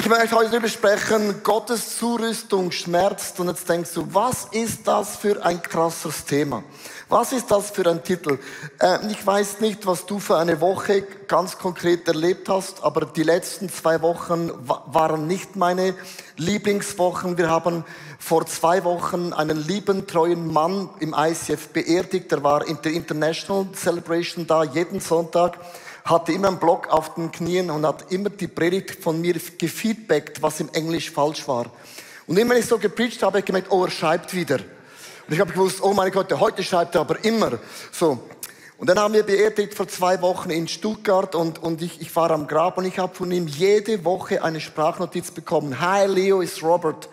Ich möchte heute darüber sprechen, Gottes Zurüstung schmerzt. Und jetzt denkst du, was ist das für ein krasses Thema? Was ist das für ein Titel? Ich weiß nicht, was du für eine Woche ganz konkret erlebt hast, aber die letzten 2 Wochen waren nicht meine Lieblingswochen. Wir haben vor 2 Wochen einen lieben, treuen Mann im ICF beerdigt. Er war in der International Celebration da, jeden Sonntag. Hatte immer einen Block auf den Knien und hat immer die Predigt von mir gefeedbackt, was im Englisch falsch war. Und immer, wenn ich so gepredigt habe, habe ich gemerkt, oh, er schreibt wieder. Und ich habe gewusst, oh mein Gott, heute schreibt er aber immer. So. Und dann haben wir beerdigt vor 2 Wochen in Stuttgart und ich war am Grab und ich habe von ihm jede Woche eine Sprachnotiz bekommen. Hi Leo, ist Robert.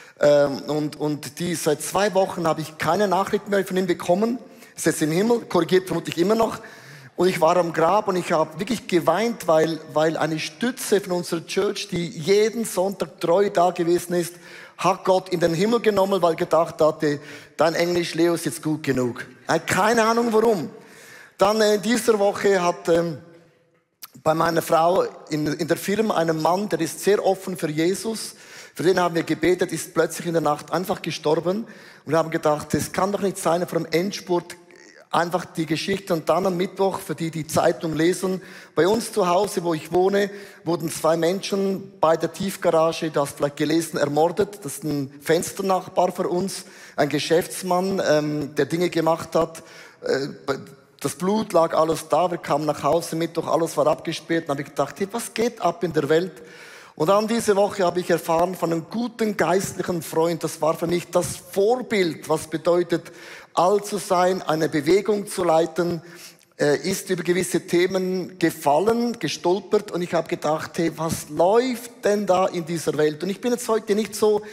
Und seit 2 Wochen habe ich keine Nachricht mehr von ihm bekommen. Ist jetzt im Himmel, korrigiert vermutlich immer noch. Und ich war am Grab und ich habe wirklich geweint, weil eine Stütze von unserer Church, die jeden Sonntag treu da gewesen ist, hat Gott in den Himmel genommen, weil gedacht hatte, dein Englisch, Leo, ist jetzt gut genug. Keine Ahnung warum. Dann in dieser Woche hat bei meiner Frau in der Firma einen Mann, der ist sehr offen für Jesus. Für den haben wir gebetet, ist plötzlich in der Nacht einfach gestorben. Und wir haben gedacht, das kann doch nicht sein, vor dem Endspurt einfach die Geschichte. Und dann am Mittwoch, für die Zeitung lesen, bei uns zu Hause, wo ich wohne, wurden 2 Menschen bei der Tiefgarage, das vielleicht gelesen, ermordet. Das ist ein Fensternachbar für uns, ein Geschäftsmann, der Dinge gemacht hat. Das Blut lag alles da, wir kamen nach Hause, Mittwoch, alles war abgesperrt. Dann habe ich gedacht, hey, was geht ab in der Welt? Und dann diese Woche habe ich erfahren von einem guten geistlichen Freund, das war für mich das Vorbild, was bedeutet, alt zu sein, eine Bewegung zu leiten, ist über gewisse Themen gefallen, gestolpert und ich habe gedacht, hey, was läuft denn da in dieser Welt? Und ich bin jetzt heute nicht so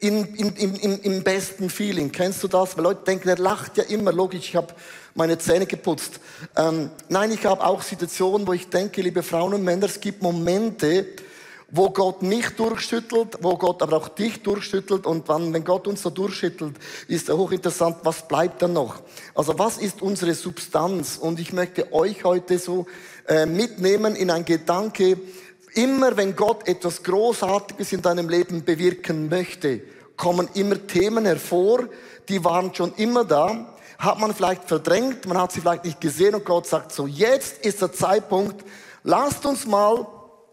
im besten Feeling. Kennst du das? Weil Leute denken, er lacht ja immer, logisch, ich habe meine Zähne geputzt. Nein, ich habe auch Situationen, wo ich denke, liebe Frauen und Männer, es gibt Momente, wo Gott mich durchschüttelt, wo Gott aber auch dich durchschüttelt. Und dann, wenn Gott uns so durchschüttelt, ist ja hochinteressant, was bleibt dann noch? Also was ist unsere Substanz? Und ich möchte euch heute so mitnehmen in ein Gedanke, immer wenn Gott etwas Großartiges in deinem Leben bewirken möchte, kommen immer Themen hervor, die waren schon immer da, hat man vielleicht verdrängt, man hat sie vielleicht nicht gesehen und Gott sagt so, jetzt ist der Zeitpunkt, lasst uns mal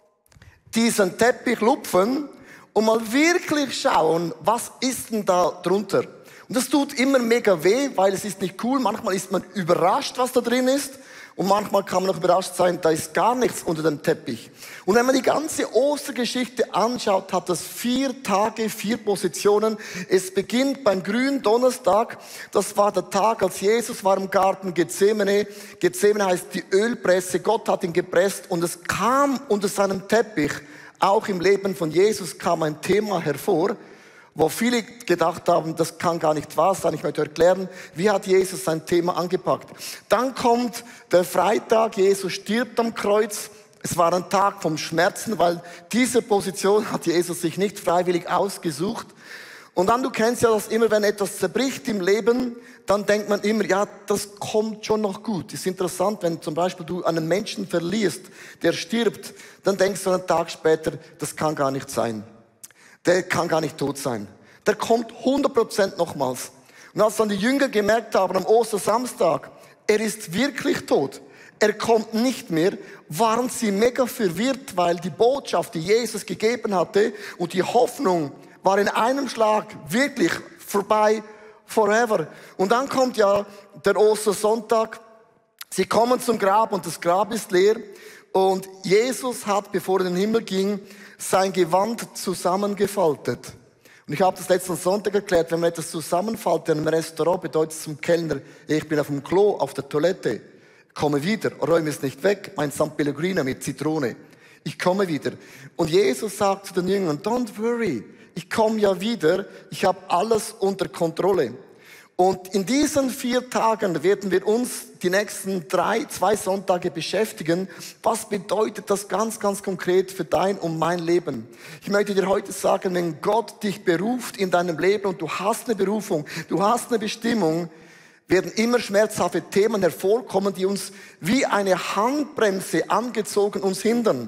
diesen Teppich lupfen und mal wirklich schauen, was ist denn da drunter. Und das tut immer mega weh, weil es ist nicht cool. Manchmal ist man überrascht, was da drin ist. Und manchmal kann man auch überrascht sein, da ist gar nichts unter dem Teppich. Und wenn man die ganze Ostergeschichte anschaut, hat das 4 Tage, 4 Positionen. Es beginnt beim Gründonnerstag. Das war der Tag, als Jesus war im Garten Gethsemane. Gethsemane heißt die Ölpresse. Gott hat ihn gepresst und es kam unter seinem Teppich, auch im Leben von Jesus kam ein Thema hervor, wo viele gedacht haben, das kann gar nicht wahr sein. Ich möchte erklären, wie hat Jesus sein Thema angepackt. Dann kommt der Freitag, Jesus stirbt am Kreuz. Es war ein Tag vom Schmerzen, weil diese Position hat Jesus sich nicht freiwillig ausgesucht. Und dann, du kennst ja das immer, wenn etwas zerbricht im Leben, dann denkt man immer, ja, das kommt schon noch gut. Es ist interessant, wenn zum Beispiel du einen Als verlierst, der stirbt, dann denkst du einen Tag später, das kann gar nicht sein. Der kann gar nicht tot sein. Der kommt 100% nochmals. Und als dann die Jünger gemerkt haben am Ostersamstag, er ist wirklich tot, er kommt nicht mehr, waren sie mega verwirrt, weil die Botschaft, die Jesus gegeben hatte und die Hoffnung war in einem Schlag wirklich vorbei, forever. Und dann kommt ja der Ostersonntag, sie kommen zum Grab und das Grab ist leer und Jesus hat, bevor er in den Himmel ging, sein Gewand zusammengefaltet. Und ich habe das letzten Sonntag erklärt, wenn man etwas zusammenfaltet in einem Restaurant, bedeutet es zum Kellner, ich bin auf dem Klo, auf der Toilette, komme wieder, räume es nicht weg, mein San Pellegrino mit Zitrone. Ich komme wieder. Und Jesus sagt zu den Jüngern, don't worry, ich komme ja wieder, ich habe alles unter Kontrolle. Und in diesen 4 Tagen werden wir uns die nächsten 2 Sonntage beschäftigen. Was bedeutet das ganz, ganz konkret für dein und mein Leben? Ich möchte dir heute sagen, wenn Gott dich beruft in deinem Leben und du hast eine Berufung, du hast eine Bestimmung, werden immer schmerzhafte Themen hervorkommen, die uns wie eine Handbremse angezogen uns hindern.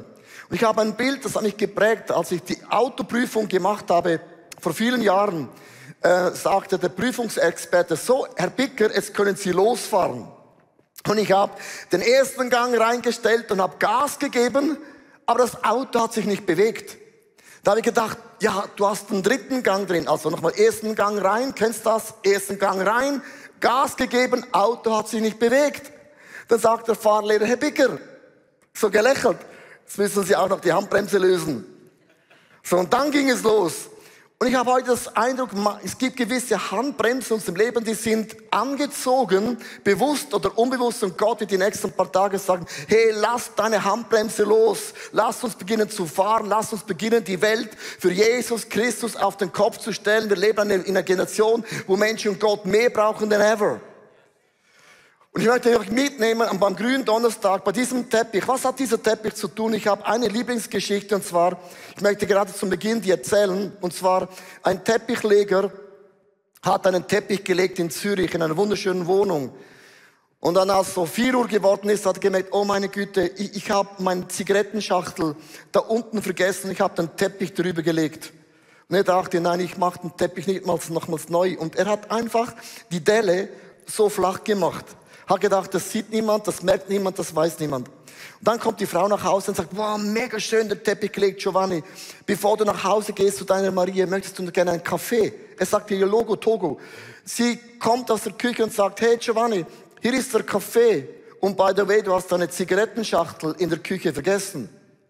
Und ich habe ein Bild, das hat mich geprägt, als ich die Autoprüfung gemacht habe, vor vielen Jahren, sagte der Prüfungsexperte, so, Herr Bicker, jetzt können Sie losfahren. Und ich habe den ersten Gang reingestellt und habe Gas gegeben, aber das Auto hat sich nicht bewegt. Da habe ich gedacht, ja, du hast einen dritten Gang drin, also nochmal ersten Gang rein, kennst das? Ersten Gang rein, Gas gegeben, Auto hat sich nicht bewegt. Dann sagt der Fahrlehrer, Herr Bicker, so gelächelt, jetzt müssen Sie auch noch die Handbremse lösen. So, und dann ging es los. Und ich habe heute das Eindruck, es gibt gewisse Handbremsen in unserem Leben, die sind angezogen, bewusst oder unbewusst. Und Gott wird die nächsten paar Tage sagen, hey, lass deine Handbremse los. Lass uns beginnen zu fahren. Lass uns beginnen, die Welt für Jesus Christus auf den Kopf zu stellen. Wir leben in einer Generation, wo Menschen Gott mehr brauchen denn ever. Und ich möchte euch mitnehmen beim grünen Donnerstag, bei diesem Teppich. Was hat dieser Teppich zu tun? Ich habe eine Lieblingsgeschichte, und zwar, ich möchte gerade zum Beginn die erzählen, und zwar, ein Teppichleger hat einen Teppich gelegt in Zürich, in einer wunderschönen Wohnung. Und dann, als es so 4 Uhr geworden ist, hat er gemerkt, oh meine Güte, ich habe meine Zigarettenschachtel da unten vergessen, ich habe den Teppich drüber gelegt. Und er dachte, nein, ich mache den Teppich nicht nochmals neu. Und er hat einfach die Delle so flach gemacht. Hat gedacht, das sieht niemand, das merkt niemand, das weiß niemand. Und dann kommt die Frau nach Hause und sagt, wow, mega schön der Teppich gelegt, Giovanni. Bevor du nach Hause gehst zu deiner Maria, möchtest du gerne einen Kaffee? Er sagt ihr Logo Togo. Sie kommt aus der Küche und sagt, hey Giovanni, hier ist der Kaffee. Und by the way, du hast deine Zigarettenschachtel in der Küche vergessen.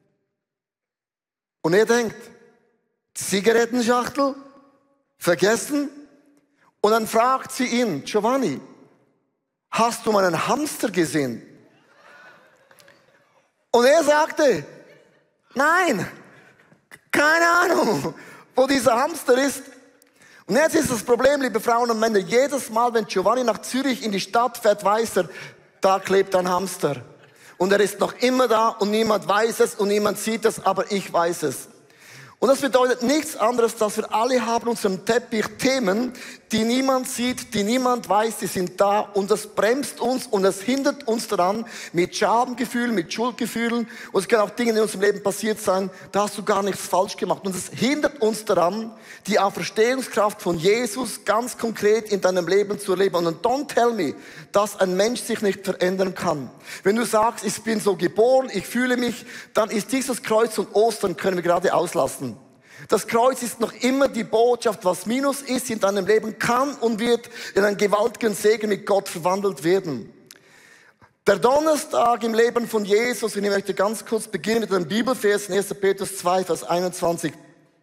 Und er denkt, Zigarettenschachtel? Vergessen? Und dann fragt sie ihn, Giovanni, hast du meinen Hamster gesehen? Und er sagte, nein, keine Ahnung, wo dieser Hamster ist. Und jetzt ist das Problem, liebe Frauen und Männer, jedes Mal, wenn Giovanni nach Zürich in die Stadt fährt, weiß er, da klebt ein Hamster. Und er ist noch immer da und niemand weiß es und niemand sieht es, aber ich weiß es. Und das bedeutet nichts anderes, dass wir alle haben unserem Teppich Themen, die niemand sieht, die niemand weiß, die sind da, und das bremst uns und das hindert uns daran, mit Schamgefühlen, mit Schuldgefühlen, und es können auch Dinge in unserem Leben passiert sein, da hast du gar nichts falsch gemacht, und es hindert uns daran, die Auferstehungskraft von Jesus ganz konkret in deinem Leben zu erleben. Und don't tell me, dass ein Mensch sich nicht verändern kann. Wenn du sagst, ich bin so geboren, ich fühle mich, dann ist dieses Kreuz und Ostern können wir gerade auslassen. Das Kreuz ist noch immer die Botschaft, was Minus ist in deinem Leben, kann und wird in einen gewaltigen Segen mit Gott verwandelt werden. Der Donnerstag im Leben von Jesus, und ich möchte ganz kurz beginnen mit einem Bibelvers in 1. Petrus 2, Vers 21.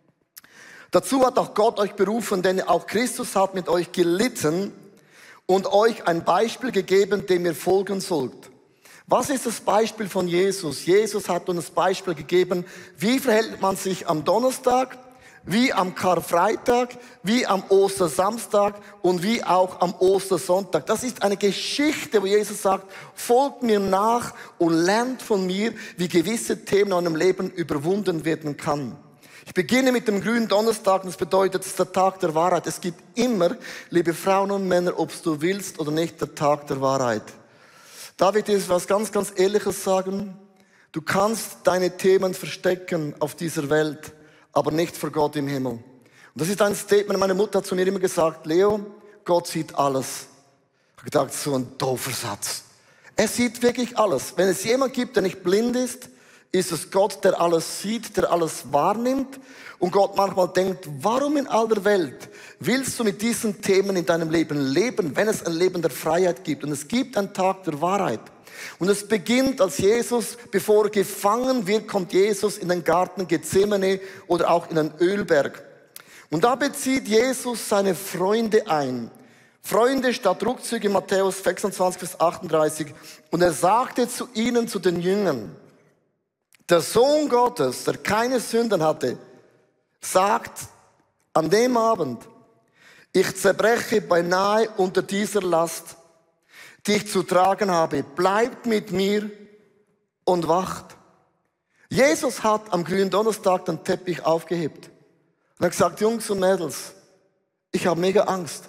Dazu hat auch Gott euch berufen, denn auch Christus hat mit euch gelitten und euch ein Beispiel gegeben, dem ihr folgen sollt. Was ist das Beispiel von Jesus? Jesus hat uns das Beispiel gegeben, wie verhält man sich am Donnerstag, wie am Karfreitag, wie am Ostersamstag und wie auch am Ostersonntag. Das ist eine Geschichte, wo Jesus sagt, folgt mir nach und lernt von mir, wie gewisse Themen in eurem Leben überwunden werden kann. Ich beginne mit dem grünen Donnerstag, und das bedeutet, es ist der Tag der Wahrheit. Es gibt immer, liebe Frauen und Männer, ob du willst oder nicht, der Tag der Wahrheit. Darf ich dir was ganz, ganz Ehrliches sagen? Du kannst deine Themen verstecken auf dieser Welt, aber nicht vor Gott im Himmel. Und das ist ein Statement, meine Mutter hat zu mir immer gesagt, Leo, Gott sieht alles. Ich habe gedacht, so ein doofer Satz. Er sieht wirklich alles. Wenn es jemand gibt, der nicht blind ist, ist es Gott, der alles sieht, der alles wahrnimmt. Und Gott manchmal denkt, warum in aller Welt willst du mit diesen Themen in deinem Leben leben, wenn es ein Leben der Freiheit gibt? Und es gibt einen Tag der Wahrheit. Und es beginnt, als Jesus, bevor er gefangen wird, kommt Jesus in den Garten Gethsemane oder auch in den Ölberg. Und da bezieht Jesus seine Freunde ein. Freunde statt Rückzüge, Matthäus 26, Vers 38. Und er sagte zu ihnen, zu den Jüngern, der Sohn Gottes, der keine Sünden hatte, sagt an dem Abend, ich zerbreche beinahe unter dieser Last, die ich zu tragen habe. Bleibt mit mir und wacht. Jesus hat am grünen Donnerstag den Teppich aufgehebt und hat gesagt, Jungs und Mädels, ich habe mega Angst.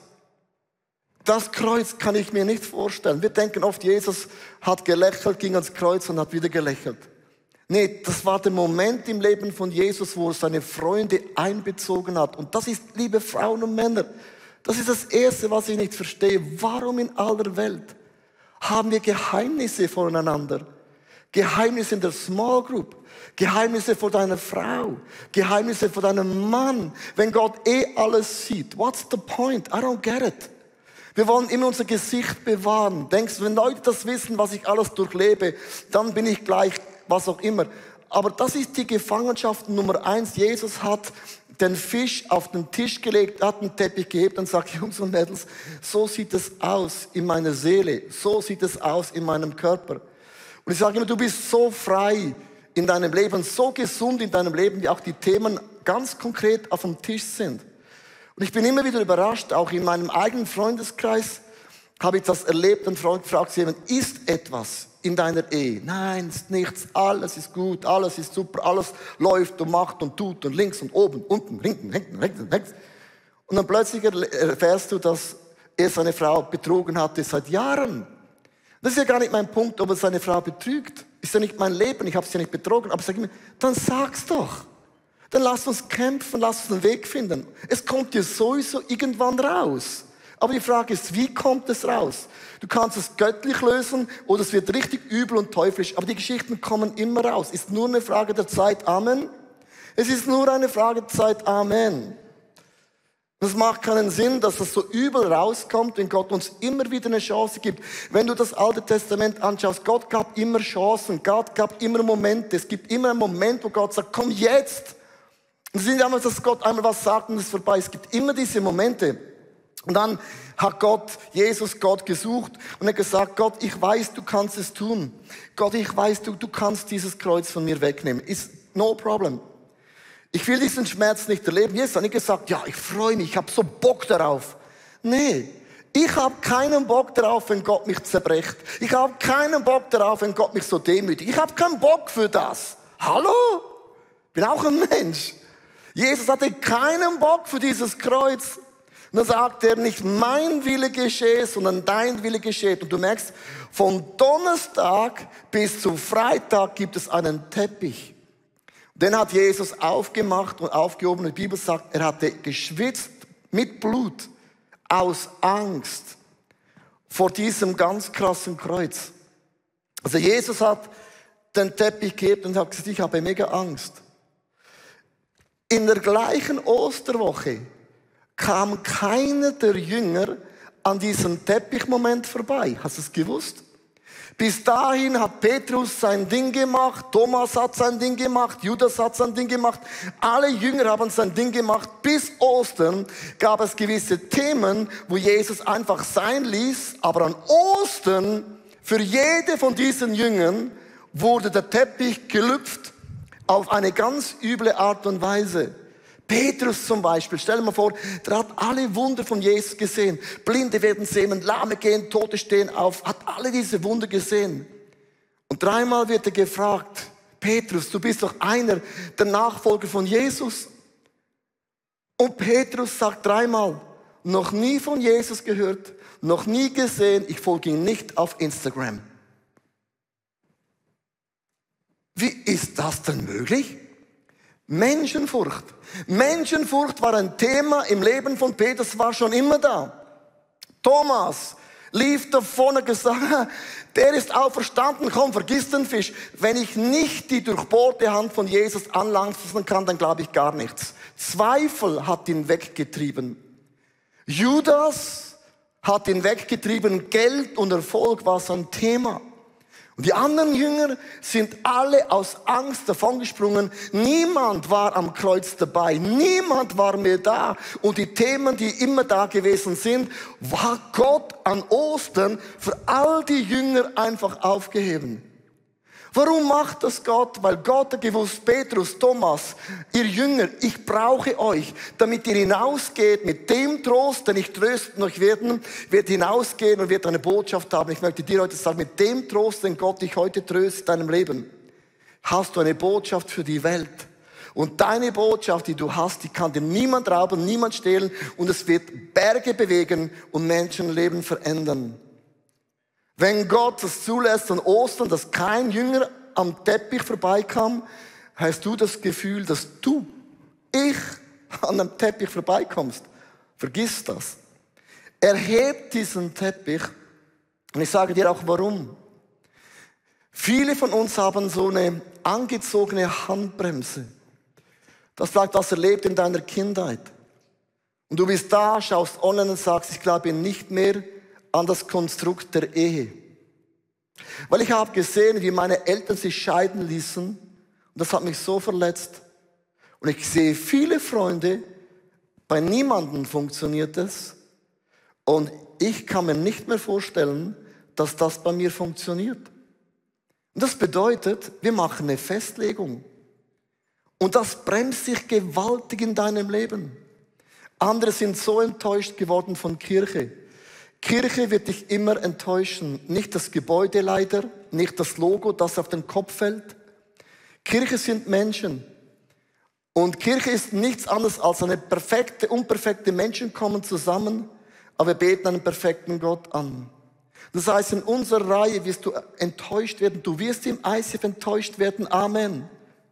Das Kreuz kann ich mir nicht vorstellen. Wir denken oft, Jesus hat gelächelt, ging ans Kreuz und hat wieder gelächelt. Nee, das war der Moment im Leben von Jesus, wo er seine Freunde einbezogen hat. Und das ist, liebe Frauen und Männer, das ist das Erste, was ich nicht verstehe. Warum in aller Welt haben wir Geheimnisse voneinander? Geheimnisse in der Small Group, Geheimnisse vor deiner Frau, Geheimnisse vor deinem Mann. Wenn Gott alles sieht, what's the point? I don't get it. Wir wollen immer unser Gesicht bewahren. Denkst du, wenn Leute das wissen, was ich alles durchlebe, dann bin ich gleich, was auch immer. Aber das ist die Gefangenschaft Nummer 1. Jesus hat den Fisch auf den Tisch gelegt, hat einen Teppich gehebt und sagt, Jungs und Mädels, so sieht es aus in meiner Seele, so sieht es aus in meinem Körper. Und ich sage immer, du bist so frei in deinem Leben, so gesund in deinem Leben, wie auch die Themen ganz konkret auf dem Tisch sind. Und ich bin immer wieder überrascht, auch in meinem eigenen Freundeskreis habe ich das erlebt und fragt jemand, ist etwas in deiner Ehe? Nein, ist nichts, alles ist gut, alles ist super, alles läuft und macht und tut und links und oben, unten, hinten. Und dann plötzlich erfährst du, dass er seine Frau betrogen hatte seit Jahren. Das ist ja gar nicht mein Punkt, ob er seine Frau betrügt. Ist ja nicht mein Leben, ich habe sie ja nicht betrogen. Aber ich sage immer, dann sag's doch. Dann lass uns kämpfen, lass uns einen Weg finden. Es kommt dir sowieso irgendwann raus. Aber die Frage ist, wie kommt es raus? Du kannst es göttlich lösen oder es wird richtig übel und teuflisch. Aber die Geschichten kommen immer raus. Ist nur eine Frage der Zeit. Amen. Es ist nur eine Frage der Zeit. Amen. Das macht keinen Sinn, dass das so übel rauskommt, wenn Gott uns immer wieder eine Chance gibt. Wenn du das Alte Testament anschaust, Gott gab immer Chancen, Gott gab immer Momente. Es gibt immer einen Moment, wo Gott sagt, komm jetzt. Und es ist nicht einmal, dass Gott einmal was sagt und es ist vorbei. Es gibt immer diese Momente. Und dann hat Jesus Gott gesucht und hat gesagt, Gott, ich weiß, du kannst es tun. Gott, ich weiß, du kannst dieses Kreuz von mir wegnehmen. Ist no problem. Ich will diesen Schmerz nicht erleben. Jesus hat nicht gesagt, ja, ich freue mich, ich habe so Bock darauf. Nee, ich habe keinen Bock darauf, wenn Gott mich zerbrecht. Ich habe keinen Bock darauf, wenn Gott mich so demütigt. Ich habe keinen Bock für das. Hallo? Ich bin auch ein Mensch. Jesus hatte keinen Bock für dieses Kreuz. Und dann sagt er, nicht mein Wille geschehe, sondern dein Wille geschehe. Und du merkst, von Donnerstag bis zum Freitag gibt es einen Teppich. Den hat Jesus aufgemacht und aufgehoben. Die Bibel sagt, er hatte geschwitzt mit Blut aus Angst vor diesem ganz krassen Kreuz. Also Jesus hat den Teppich gehebt und hat gesagt, ich habe mega Angst. In der gleichen Osterwoche kam keiner der Jünger an diesem Teppichmoment vorbei. Hast du es gewusst? Bis dahin hat Petrus sein Ding gemacht, Thomas hat sein Ding gemacht, Judas hat sein Ding gemacht. Alle Jünger haben sein Ding gemacht. Bis Ostern gab es gewisse Themen, wo Jesus einfach sein ließ. Aber an Ostern, für jede von diesen Jüngern, wurde der Teppich gelüpft auf eine ganz üble Art und Weise. Petrus zum Beispiel, stell dir mal vor, der hat alle Wunder von Jesus gesehen. Blinde werden sehen, Lahme gehen, Tote stehen auf, hat alle diese Wunder gesehen. Und dreimal wird er gefragt, Petrus, du bist doch einer der Nachfolger von Jesus. Und Petrus sagt dreimal, noch nie von Jesus gehört, noch nie gesehen, ich folge ihm nicht auf Instagram. Wie ist das denn möglich? Menschenfurcht. Menschenfurcht war ein Thema im Leben von Petrus, war schon immer da. Thomas lief davon und gesagt, der ist auferstanden, komm, vergiss den Fisch. Wenn ich nicht die durchbohrte Hand von Jesus anlangen kann, dann glaube ich gar nichts. Zweifel hat ihn weggetrieben. Judas hat ihn weggetrieben, Geld und Erfolg war sein Thema. Und die anderen Jünger sind alle aus Angst davongesprungen. Niemand war am Kreuz dabei. Niemand war mehr da. Und die Themen, die immer da gewesen sind, war Gott an Ostern für all die Jünger einfach aufgeheben. Warum macht das Gott? Weil Gott hat gewusst, Petrus, Thomas, ihr Jünger, ich brauche euch, damit ihr hinausgeht mit dem Trost, den ich trösten euch werden, wird hinausgehen und wird eine Botschaft haben. Ich möchte dir heute sagen, mit dem Trost, den Gott dich heute tröstet in deinem Leben, hast du eine Botschaft für die Welt. Und deine Botschaft, die du hast, die kann dir niemand rauben, niemand stehlen und es wird Berge bewegen und Menschenleben verändern. Wenn Gott es zulässt an Ostern, dass kein Jünger am Teppich vorbeikam, hast du das Gefühl, dass ich an einem Teppich vorbeikommst. Vergiss das. Er hebt diesen Teppich und ich sage dir auch warum. Viele von uns haben so eine angezogene Handbremse. Das vielleicht was erlebt in deiner Kindheit. Und du bist da, schaust online und sagst, ich glaube nicht mehr an das Konstrukt der Ehe. Weil ich habe gesehen, wie meine Eltern sich scheiden ließen. Und das hat mich so verletzt. Und ich sehe viele Freunde, bei niemandem funktioniert es. Und ich kann mir nicht mehr vorstellen, dass das bei mir funktioniert. Und das bedeutet, wir machen eine Festlegung. Und das bremst sich gewaltig in deinem Leben. Andere sind so enttäuscht geworden von Kirche. Kirche wird dich immer enttäuschen. Nicht das Gebäude leider, nicht das Logo, das auf den Kopf fällt. Kirche sind Menschen. Und Kirche ist nichts anderes als eine perfekte, unperfekte Menschen kommen zusammen, aber wir beten einen perfekten Gott an. Das heißt, in unserer Reihe wirst du enttäuscht werden. Du wirst im ICF enttäuscht werden. Amen.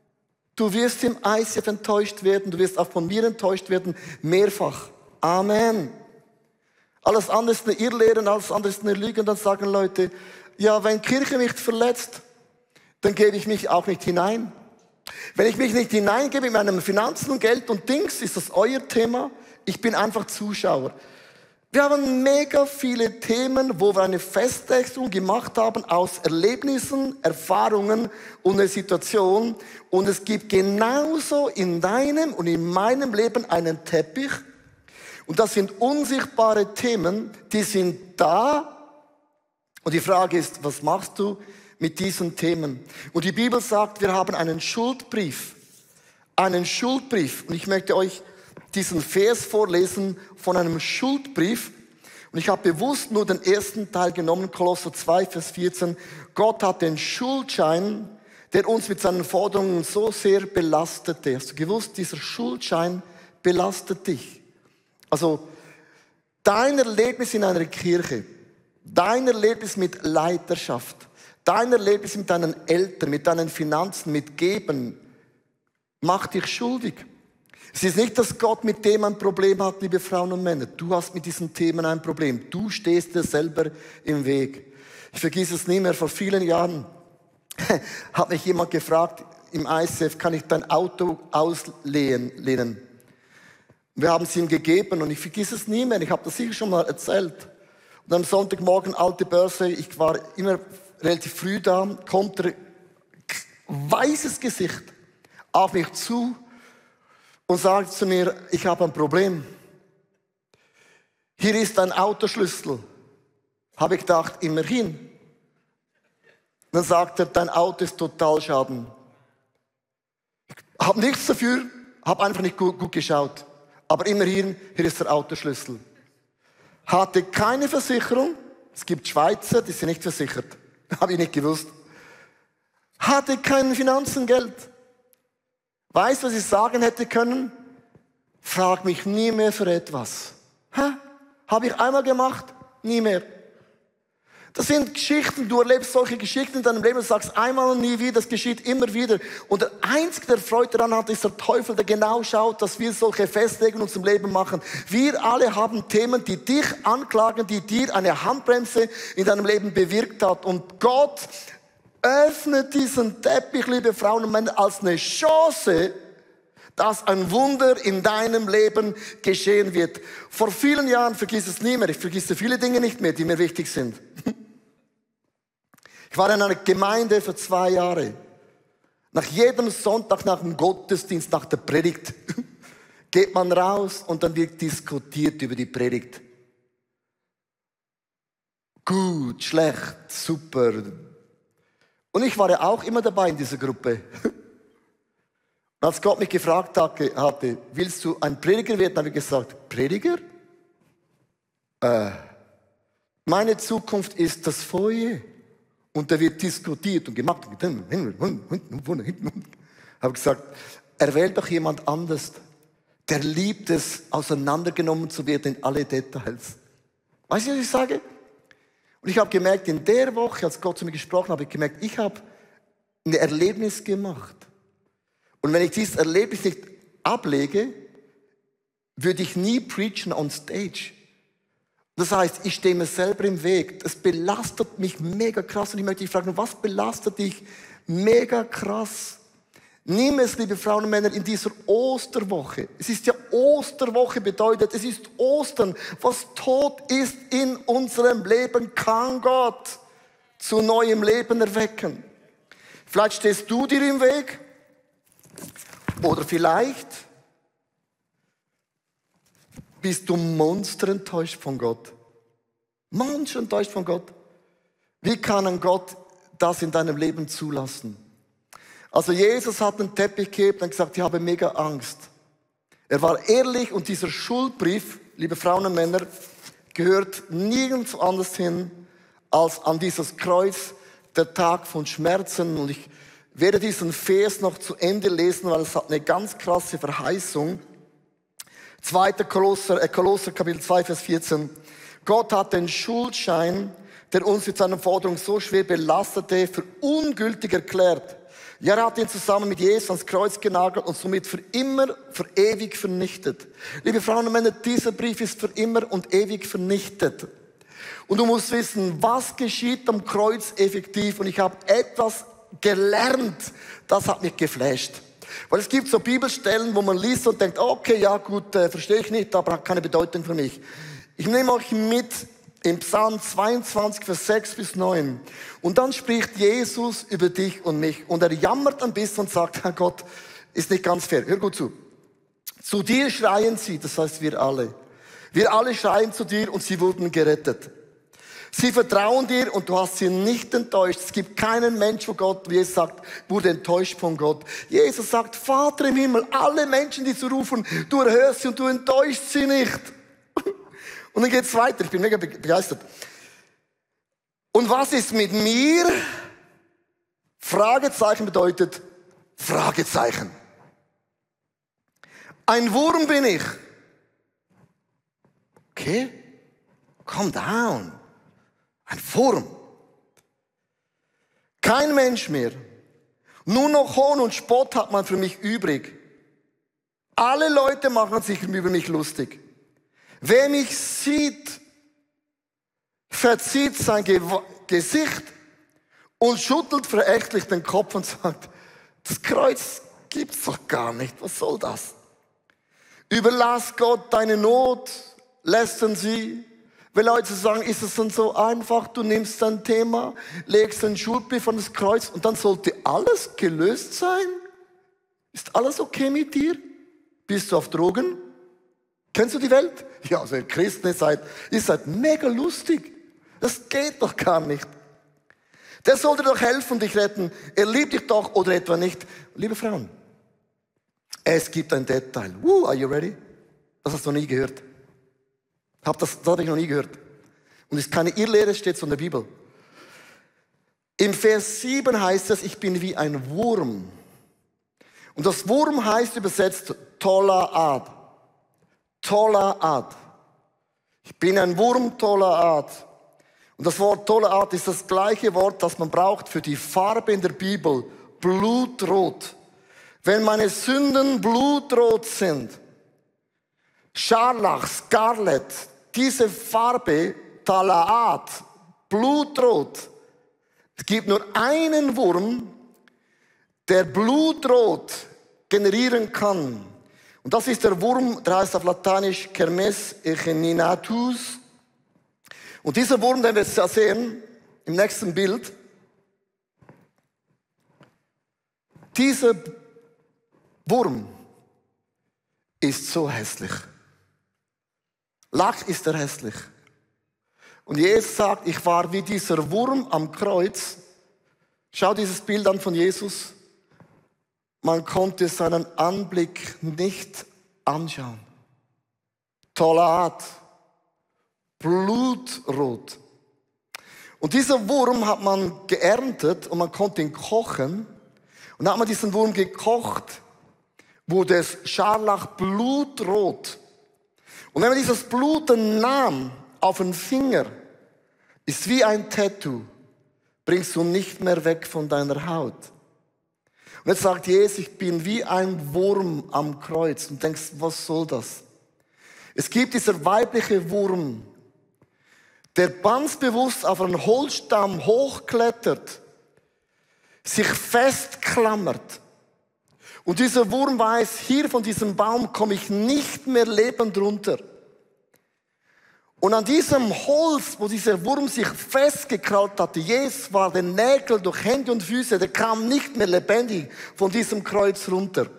Du wirst im ICF enttäuscht werden. Du wirst auch von mir enttäuscht werden. Mehrfach. Amen. Alles andere ist eine Irrlehre, alles andere ist eine Lüge. Und dann sagen Leute, ja, wenn Kirche mich verletzt, dann gebe ich mich auch nicht hinein. Wenn ich mich nicht hineingebe in meinem Finanzen und Geld und Dings, ist das euer Thema. Ich bin einfach Zuschauer. Wir haben mega viele Themen, wo wir eine Festlegung gemacht haben aus Erlebnissen, Erfahrungen und einer Situation. Und es gibt genauso in deinem und in meinem Leben einen Teppich. Und das sind unsichtbare Themen, die sind da. Und die Frage ist, was machst du mit diesen Themen? Und die Bibel sagt, wir haben einen Schuldbrief. Einen Schuldbrief. Und ich möchte euch diesen Vers vorlesen von einem Schuldbrief. Und ich habe bewusst nur den ersten Teil genommen, Kolosser 2, Vers 14. Gott hat den Schuldschein, der uns mit seinen Forderungen so sehr belastete. Hast du gewusst, dieser Schuldschein belastet dich? Also, dein Erlebnis in einer Kirche, dein Erlebnis mit Leiterschaft, dein Erlebnis mit deinen Eltern, mit deinen Finanzen, mit Geben, macht dich schuldig. Es ist nicht, dass Gott mit dem ein Problem hat, liebe Frauen und Männer. Du hast mit diesen Themen ein Problem. Du stehst dir selber im Weg. Ich vergesse es nie mehr, vor vielen Jahren hat mich jemand gefragt, im ICF, kann ich dein Auto auslehnen? Wir haben es ihm gegeben und ich vergesse es nie mehr. Ich habe das sicher schon mal erzählt. Und am Sonntagmorgen, alte Börse, ich war immer relativ früh da, kommt ein weißes Gesicht auf mich zu und sagt zu mir, ich habe ein Problem. Hier ist ein Autoschlüssel. Habe ich gedacht, immerhin. Dann sagt er, dein Auto ist Totalschaden. Ich habe nichts dafür, habe einfach nicht gut geschaut. Aber immerhin, hier ist der Autoschlüssel. Hatte keine Versicherung. Es gibt Schweizer, die sind nicht versichert. Habe ich nicht gewusst. Hatte kein Finanzengeld. Weißt du, was ich sagen hätte können? Frag mich nie mehr für etwas. Habe ich einmal gemacht? Nie mehr. Das sind Geschichten, du erlebst solche Geschichten in deinem Leben und sagst einmal und nie wieder, das geschieht immer wieder. Und der Einzige, der Freude daran hat, ist der Teufel, der genau schaut, dass wir solche Festlegungen uns im Leben machen. Wir alle haben Themen, die dich anklagen, die dir eine Handbremse in deinem Leben bewirkt hat. Und Gott öffnet diesen Teppich, liebe Frauen und Männer, als eine Chance, dass ein Wunder in deinem Leben geschehen wird. Vor vielen Jahren, vergiss es nie mehr, ich vergesse viele Dinge nicht mehr, die mir wichtig sind. Ich war in einer Gemeinde für 2 Jahre. Nach jedem Sonntag, nach dem Gottesdienst, nach der Predigt, geht man raus und dann wird diskutiert über die Predigt. Gut, schlecht, super. Und ich war ja auch immer dabei in dieser Gruppe. Und als Gott mich gefragt hatte, willst du ein Prediger werden, habe ich gesagt, Prediger? Meine Zukunft ist das Feuer. Und da wird diskutiert und gemacht. Habe gesagt, erwähl doch jemand anders. Der liebt es, auseinandergenommen zu werden in alle Details. Weißt du, was ich sage? Und ich habe gemerkt, in der Woche, als Gott zu mir gesprochen hat, habe ich gemerkt, ich habe ein Erlebnis gemacht. Und wenn ich dieses Erlebnis nicht ablege, würde ich nie preachen on stage. Das heißt, ich stehe mir selber im Weg. Das belastet mich mega krass. Und ich möchte dich fragen, was belastet dich mega krass? Nimm es, liebe Frauen und Männer, in dieser Osterwoche. Es ist ja Osterwoche bedeutet, es ist Ostern. Was tot ist in unserem Leben, kann Gott zu neuem Leben erwecken. Vielleicht stehst du dir im Weg. Oder vielleicht bist du monsterenttäuscht von Gott. Monsterenttäuscht von Gott. Wie kann ein Gott das in deinem Leben zulassen? Also Jesus hat einen Teppich gehabt und gesagt, ich habe mega Angst. Er war ehrlich und dieser Schuldbrief, liebe Frauen und Männer, gehört nirgends anders hin als an dieses Kreuz, der Tag von Schmerzen. Und ich werde diesen Vers noch zu Ende lesen, weil es hat eine ganz krasse Verheißung. 2. Kolosser Kapitel 2, Vers 14. Gott hat den Schuldschein, der uns mit seiner Forderung so schwer belastete, für ungültig erklärt. Ja, er hat ihn zusammen mit Jesus ans Kreuz genagelt und somit für immer, für ewig vernichtet. Liebe Frauen und Männer, dieser Brief ist für immer und ewig vernichtet. Und du musst wissen, was geschieht am Kreuz effektiv. Und ich habe etwas gelernt, das hat mich geflasht. Weil es gibt so Bibelstellen, wo man liest und denkt, okay, ja gut, verstehe ich nicht, aber hat keine Bedeutung für mich. Ich nehme euch mit im Psalm 22, Vers 6 bis 9. Und dann spricht Jesus über dich und mich. Und er jammert ein bisschen und sagt, Herr Gott, ist nicht ganz fair. Hör gut zu. Zu dir schreien sie, das heißt wir alle. Wir alle schreien zu dir und sie wurden gerettet. Sie vertrauen dir und du hast sie nicht enttäuscht. Es gibt keinen Mensch, wo Gott, wie Jesus sagt, wurde enttäuscht von Gott. Jesus sagt, Vater im Himmel, alle Menschen, die zu rufen, du erhörst sie und du enttäuscht sie nicht. Und dann geht's weiter. Ich bin mega begeistert. Und was ist mit mir? Fragezeichen bedeutet Fragezeichen. Ein Wurm bin ich. Okay? Calm down. Ein Wurm. Kein Mensch mehr. Nur noch Hohn und Spott hat man für mich übrig. Alle Leute machen sich über mich lustig. Wer mich sieht, verzieht sein Gesicht und schüttelt verächtlich den Kopf und sagt, das Kreuz gibt's doch gar nicht, was soll das? Überlass Gott deine Not, lästern sie. Wenn Leute sagen, ist es dann so einfach, du nimmst dein Thema, legst den Schuldbrief an das Kreuz und dann sollte alles gelöst sein? Ist alles okay mit dir? Bist du auf Drogen? Kennst du die Welt? Ja, also ihr Christen, ihr seid mega lustig. Das geht doch gar nicht. Der sollte doch helfen und dich retten. Er liebt dich doch oder etwa nicht. Liebe Frauen, es gibt ein Detail. Are you ready? Das hast du noch nie gehört. Das habe ich noch nie gehört. Und es ist keine Irrlehre, es steht so in der Bibel. Im Vers 7 heißt es, ich bin wie ein Wurm. Und das Wurm heißt übersetzt toller Art. Toller Art. Ich bin ein Wurm toller Art. Und das Wort toller Art ist das gleiche Wort, das man braucht für die Farbe in der Bibel. Blutrot. Wenn meine Sünden blutrot sind, Scharlach, Scarlet, diese Farbe, Talaat, Blutrot. Es gibt nur einen Wurm, der Blutrot generieren kann. Und das ist der Wurm, der heißt auf Lateinisch Kermes echeninatus. Und dieser Wurm, den wir jetzt sehen, im nächsten Bild, dieser Wurm ist so hässlich. Lach ist er hässlich. Und Jesus sagt, ich war wie dieser Wurm am Kreuz. Schau dieses Bild an von Jesus. Man konnte seinen Anblick nicht anschauen. Tolle Art. Blutrot. Und dieser Wurm hat man geerntet und man konnte ihn kochen. Und dann hat man diesen Wurm gekocht, wurde es Scharlach blutrot. Und wenn man dieses Blut dann nahm auf den Finger, ist wie ein Tattoo, bringst du nicht mehr weg von deiner Haut. Und jetzt sagt Jesus, ich bin wie ein Wurm am Kreuz. Und denkst, was soll das? Es gibt dieser weibliche Wurm, der ganz bewusst auf einen Holzstamm hochklettert, sich festklammert. Und dieser Wurm weiß, hier von diesem Baum komme ich nicht mehr lebend runter. Und an diesem Holz, wo dieser Wurm sich festgekrallt hatte, Jesus war der Nägel durch Hände und Füße, der kam nicht mehr lebendig von diesem Kreuz runter.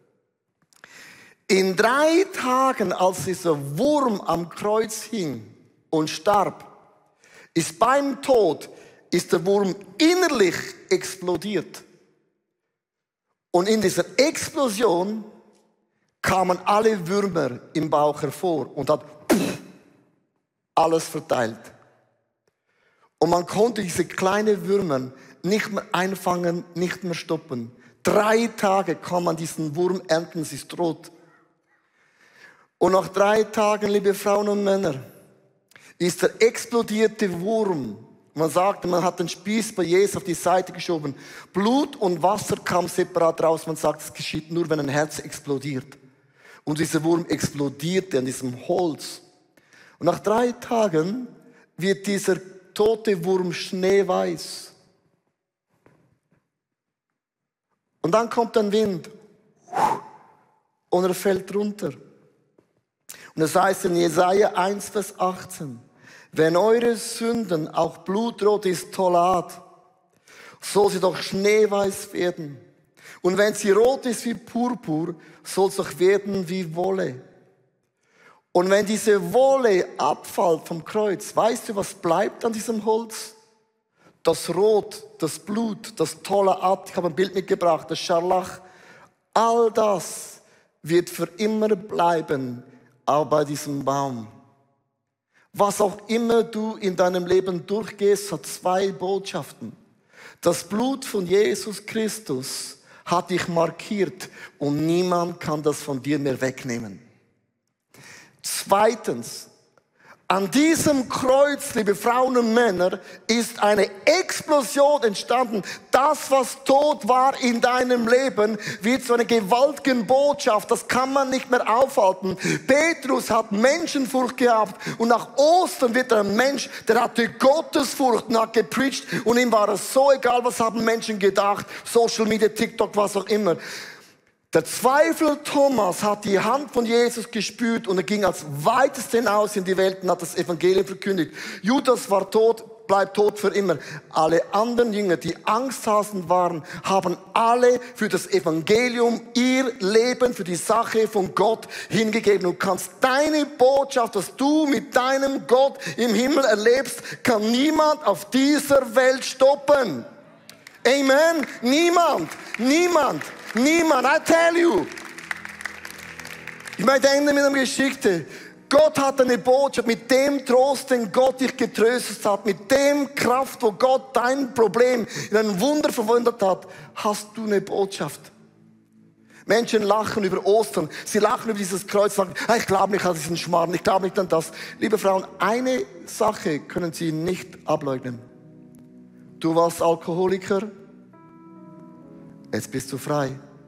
In 3 Tagen, als dieser Wurm am Kreuz hing und starb, ist beim Tod, ist der Wurm innerlich explodiert. Und in dieser Explosion kamen alle Würmer im Bauch hervor und hat alles verteilt. Und man konnte diese kleinen Würmer nicht mehr einfangen, nicht mehr stoppen. 3 Tage kann man diesen Wurm ernten, es ist rot. Und nach 3 Tagen, liebe Frauen und Männer, ist der explodierte Wurm, man sagt, man hat den Spieß bei Jesus auf die Seite geschoben, Blut und Wasser kam separat raus, man sagt, es geschieht nur, wenn ein Herz explodiert. Und dieser Wurm explodierte an diesem Holz. Und nach 3 Tagen wird dieser tote Wurm schneeweiß. Und dann kommt ein Wind und er fällt runter. Und es heißt in Jesaja 1, Vers 18, wenn eure Sünden auch blutrot ist Tolat, soll sie doch schneeweiß werden. Und wenn sie rot ist wie Purpur, soll es doch werden wie Wolle. Und wenn diese Wolle abfällt vom Kreuz, weißt du, was bleibt an diesem Holz? Das Rot, das Blut, das Tolat, ich habe ein Bild mitgebracht, das Scharlach, all das wird für immer bleiben, auch bei diesem Baum. Was auch immer du in deinem Leben durchgehst, hat 2 Botschaften. Das Blut von Jesus Christus hat dich markiert und niemand kann das von dir mehr wegnehmen. Zweitens, an diesem Kreuz, liebe Frauen und Männer, ist eine Explosion entstanden. Das, was tot war in deinem Leben, wird zu einer gewaltigen Botschaft. Das kann man nicht mehr aufhalten. Petrus hat Menschenfurcht gehabt und nach Ostern wird er ein Mensch, der hatte Gottesfurcht und hat gepreacht und ihm war es so egal, was haben Menschen gedacht, Social Media, TikTok, was auch immer. Der Zweifel Thomas hat die Hand von Jesus gespürt und er ging als weitest hinaus in die Welt und hat das Evangelium verkündigt. Judas war tot, bleibt tot für immer. Alle anderen Jünger, die Angsthasend waren, haben alle für das Evangelium ihr Leben für die Sache von Gott hingegeben. Du kannst deine Botschaft, was du mit deinem Gott im Himmel erlebst, kann niemand auf dieser Welt stoppen. Amen? Niemand. Niemand. Niemand, I tell you. Ich möchte enden mit einer Geschichte. Gott hat eine Botschaft, mit dem Trost, den Gott dich getröstet hat, mit dem Kraft, wo Gott dein Problem in ein Wunder verwandelt hat, hast du eine Botschaft. Menschen lachen über Ostern, sie lachen über dieses Kreuz, sagen, ich glaube nicht an diesen Schmarrn, ich glaube nicht an das. Liebe Frauen, eine Sache können Sie nicht ableugnen. Du warst Alkoholiker, jetzt bist du frei.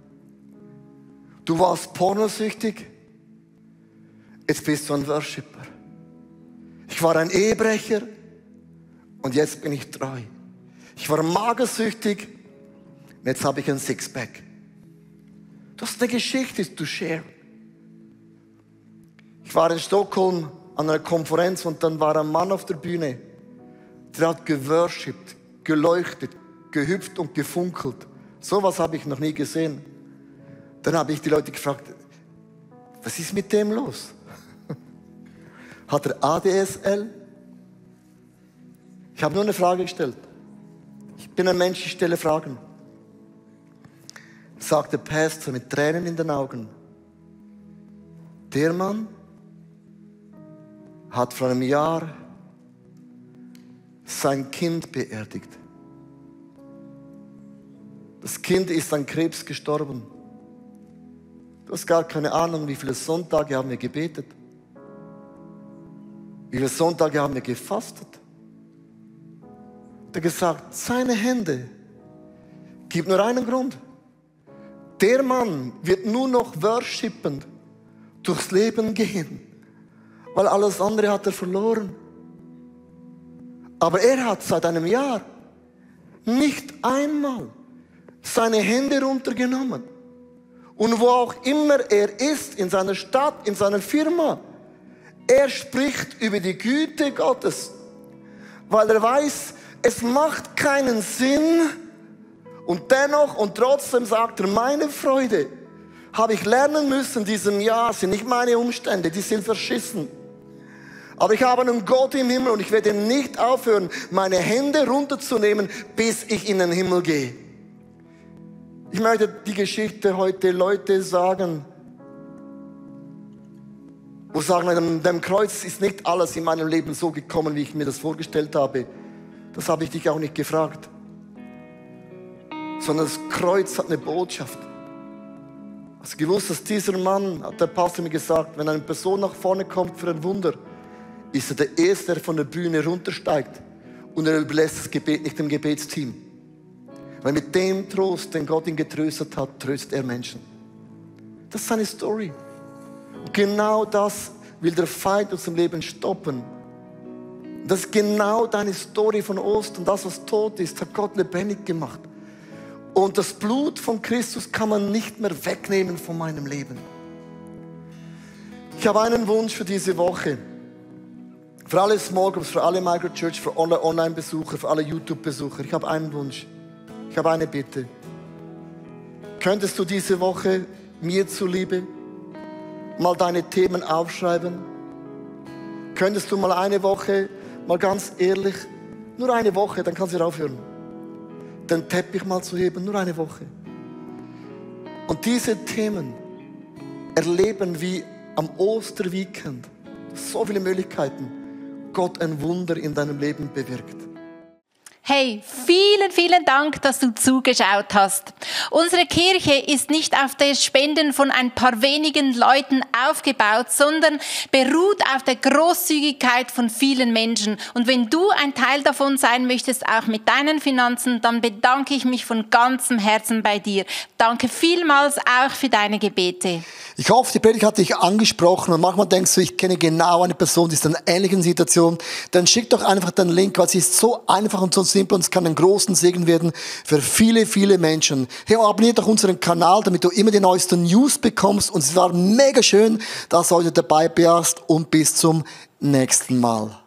Du warst pornosüchtig, jetzt bist du ein Worshipper. Ich war ein Ehebrecher und jetzt bin ich treu. Ich war magersüchtig und jetzt habe ich ein Sixpack. Das ist eine Geschichte, to share. Ich war in Stockholm an einer Konferenz und dann war ein Mann auf der Bühne, der hat geworshipped, geleuchtet, gehüpft und gefunkelt. Sowas habe ich noch nie gesehen. Dann habe ich die Leute gefragt, was ist mit dem los? Hat er ADSL? Ich habe nur eine Frage gestellt. Ich bin ein Mensch, ich stelle Fragen. Sagt der Pastor mit Tränen in den Augen, der Mann hat vor einem Jahr sein Kind beerdigt. Das Kind ist an Krebs gestorben. Du hast gar keine Ahnung, wie viele Sonntage haben wir gebetet. Wie viele Sonntage haben wir gefastet. Er hat gesagt, seine Hände gibt nur einen Grund. Der Mann wird nur noch worshipend durchs Leben gehen, weil alles andere hat er verloren. Aber er hat seit einem Jahr nicht einmal seine Hände runtergenommen. Und wo auch immer er ist, in seiner Stadt, in seiner Firma, er spricht über die Güte Gottes, weil er weiß, es macht keinen Sinn. Und dennoch und trotzdem sagt er, meine Freude habe ich lernen müssen in diesem Jahr, sind nicht meine Umstände, die sind verschissen. Aber ich habe einen Gott im Himmel und ich werde nicht aufhören, meine Hände runterzunehmen, bis ich in den Himmel gehe. Ich möchte die Geschichte heute Leute sagen, wo sagen, mit dem Kreuz ist nicht alles in meinem Leben so gekommen, wie ich mir das vorgestellt habe. Das habe ich dich auch nicht gefragt. Sondern das Kreuz hat eine Botschaft. Hast du gewusst, dass dieser Mann, hat der Pastor mir gesagt, wenn eine Person nach vorne kommt für ein Wunder, ist er der Erste, der von der Bühne runtersteigt und er überlässt das Gebet nicht dem Gebetsteam. Weil mit dem Trost, den Gott ihn getröstet hat, tröstet er Menschen. Das ist seine Story. Und genau das will der Feind aus dem Leben stoppen. Das ist genau deine Story von Ostern. Das, was tot ist, hat Gott lebendig gemacht. Und das Blut von Christus kann man nicht mehr wegnehmen von meinem Leben. Ich habe einen Wunsch für diese Woche. Für alle Small Groups, für alle Micro Church, für Online-Besucher, für alle YouTube-Besucher. Ich habe einen Wunsch. Ich habe eine Bitte. Könntest du diese Woche mir zuliebe mal deine Themen aufschreiben? Könntest du mal eine Woche, mal ganz ehrlich, nur eine Woche, dann kannst du aufhören, den Teppich mal zu heben, nur eine Woche. Und diese Themen erleben wie am Osterweekend. So viele Möglichkeiten. Gott ein Wunder in deinem Leben bewirkt. Hey, vielen, vielen Dank, dass du zugeschaut hast. Unsere Kirche ist nicht auf der Spenden von ein paar wenigen Leuten aufgebaut, sondern beruht auf der Großzügigkeit von vielen Menschen. Und wenn du ein Teil davon sein möchtest, auch mit deinen Finanzen, dann bedanke ich mich von ganzem Herzen bei dir. Danke vielmals auch für deine Gebete. Ich hoffe, die Predigt hat dich angesprochen und manchmal denkst du, ich kenne genau eine Person, die ist in einer ähnlichen Situation. Dann schick doch einfach den Link, weil es ist so einfach und so simpel und es kann einen großen Segen werden für viele, viele Menschen. Hey, abonniere doch unseren Kanal, damit du immer die neuesten News bekommst. Und es war mega schön, dass du heute dabei warst und bis zum nächsten Mal.